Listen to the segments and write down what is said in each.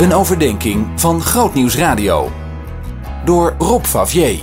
Een overdenking van Grootnieuws Radio. Door Rob Favier.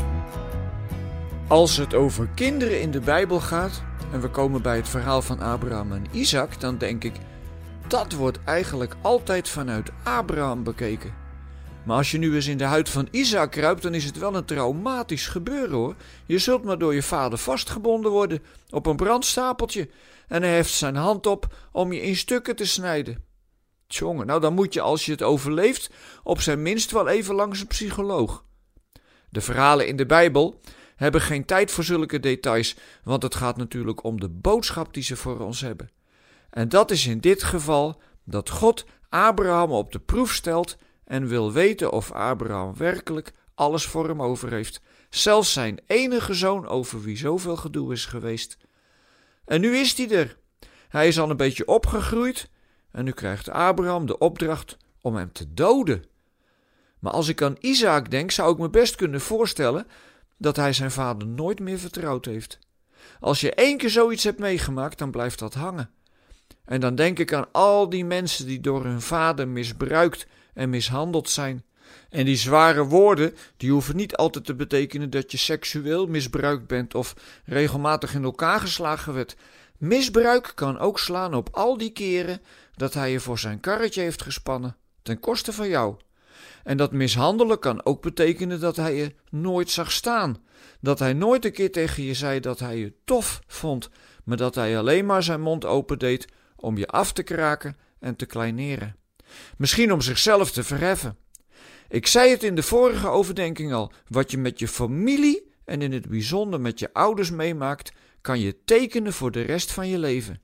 Als het over kinderen in de Bijbel gaat en we komen bij het verhaal van Abraham en Isaac, dan denk ik, dat wordt eigenlijk altijd vanuit Abraham bekeken. Maar als je nu eens in de huid van Isaac kruipt, dan is het wel een traumatisch gebeuren hoor. Je zult maar door je vader vastgebonden worden op een brandstapeltje en hij heft zijn hand op om je in stukken te snijden. Tjonge, nou dan moet je als je het overleeft op zijn minst wel even langs een psycholoog. De verhalen in de Bijbel hebben geen tijd voor zulke details, want het gaat natuurlijk om de boodschap die ze voor ons hebben. En dat is in dit geval dat God Abraham op de proef stelt en wil weten of Abraham werkelijk alles voor hem over heeft. Zelfs zijn enige zoon over wie zoveel gedoe is geweest. En nu is hij er. Hij is al een beetje opgegroeid en nu krijgt Abraham de opdracht om hem te doden. Maar als ik aan Isaac denk, zou ik me best kunnen voorstellen dat hij zijn vader nooit meer vertrouwd heeft. Als je 1 keer zoiets hebt meegemaakt, dan blijft dat hangen. En dan denk ik aan al die mensen die door hun vader misbruikt en mishandeld zijn. En die zware woorden, die hoeven niet altijd te betekenen dat je seksueel misbruikt bent of regelmatig in elkaar geslagen werd. Misbruik kan ook slaan op al die keren dat hij je voor zijn karretje heeft gespannen, ten koste van jou. En dat mishandelen kan ook betekenen dat hij je nooit zag staan. Dat hij nooit een keer tegen je zei dat hij je tof vond, maar dat hij alleen maar zijn mond opendeed om je af te kraken en te kleineren. Misschien om zichzelf te verheffen. Ik zei het in de vorige overdenking al, wat je met je familie en in het bijzonder met je ouders meemaakt, kan je tekenen voor de rest van je leven.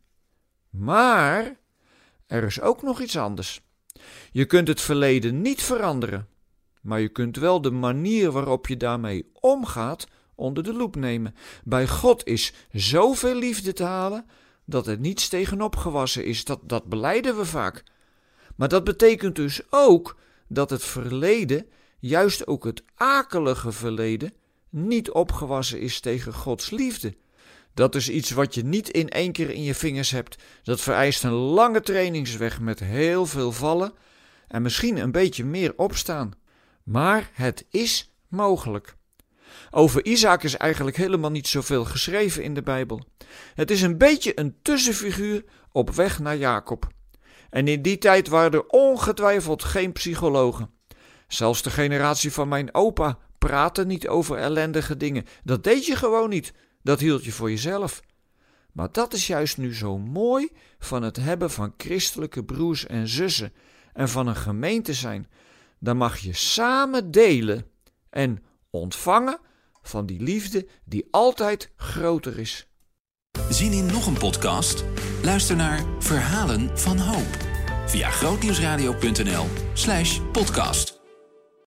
Maar er is ook nog iets anders. Je kunt het verleden niet veranderen, maar je kunt wel de manier waarop je daarmee omgaat onder de loep nemen. Bij God is zoveel liefde te halen dat er niets tegenop gewassen is. Dat belijden we vaak. Maar dat betekent dus ook dat het verleden, juist ook het akelige verleden, niet opgewassen is tegen Gods liefde. Dat is iets wat je niet in 1 keer in je vingers hebt. Dat vereist een lange trainingsweg met heel veel vallen en misschien een beetje meer opstaan. Maar het is mogelijk. Over Isaac is eigenlijk helemaal niet zoveel geschreven in de Bijbel. Het is een beetje een tussenfiguur op weg naar Jacob. En in die tijd waren er ongetwijfeld geen psychologen. Zelfs de generatie van mijn opa praatte niet over ellendige dingen. Dat deed je gewoon niet. Dat hield je voor jezelf. Maar dat is juist nu zo mooi van het hebben van christelijke broers en zussen en van een gemeente zijn. Dan mag je samen delen en ontvangen van die liefde die altijd groter is. Zin in nog een podcast? Luister naar Verhalen van Hoop via grootnieuwsradio.nl/podcast.